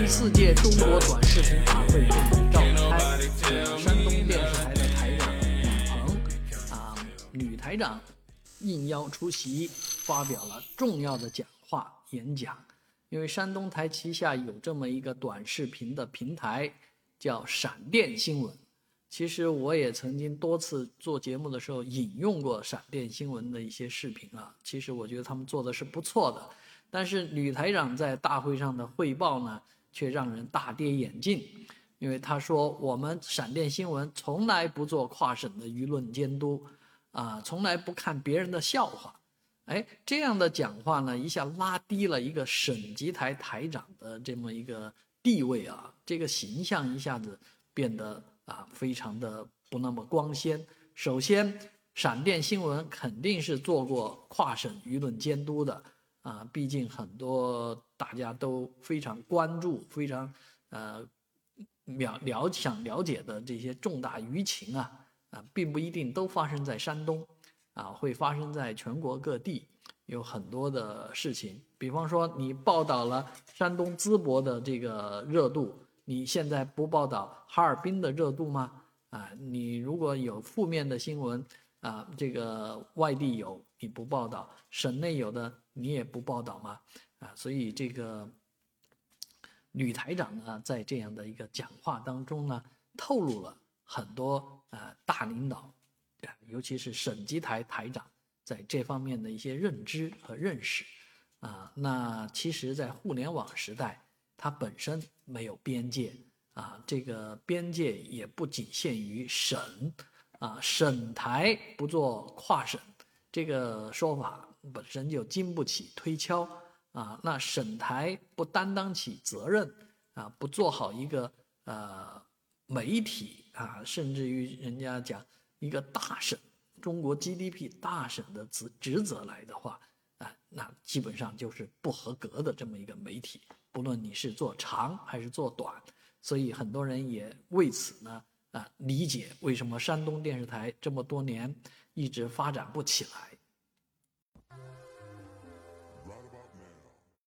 第4届中国短视频大会正式召开，山东电视台的台长李鹏女台长应邀出席，发表了重要的讲话演讲。因为山东台旗下有这么一个短视频的平台，叫闪电新闻。其实我也曾经多次做节目的时候引用过闪电新闻的一些视频啊，其实我觉得他们做的是不错的，但是女台长在大会上的汇报呢，却让人大跌眼镜。因为她说我们闪电新闻从来不做跨省的舆论监督从来不看别人的笑话。这样的讲话呢，一下拉低了一个省级台台长的这么一个地位啊，这个形象一下子变得非常的不那么光鲜。首先，闪电新闻肯定是做过跨省舆论监督的毕竟很多大家都非常关注、非常想了解的这些重大舆情并不一定都发生在山东会发生在全国各地，有很多的事情。比方说，你报道了山东淄博的这个热度，你现在不报道哈尔滨的热度吗？你如果有负面的新闻这个外地有你不报道，省内有的你也不报道吗？所以这个女台长呢，在这样的一个讲话当中呢，透露了很多大领导，尤其是省级台台长在这方面的一些认知和认识那其实在互联网时代，它本身没有边界这个边界也不仅限于省省台不做跨省，这个说法本身就经不起推敲那省台不担当起责任不做好一个媒体甚至于人家讲一个大省，中国 GDP 大省的职责来的话那基本上就是不合格的这么一个媒体，不论你是做长还是做短。所以很多人也为此呢理解为什么山东电视台这么多年一直发展不起来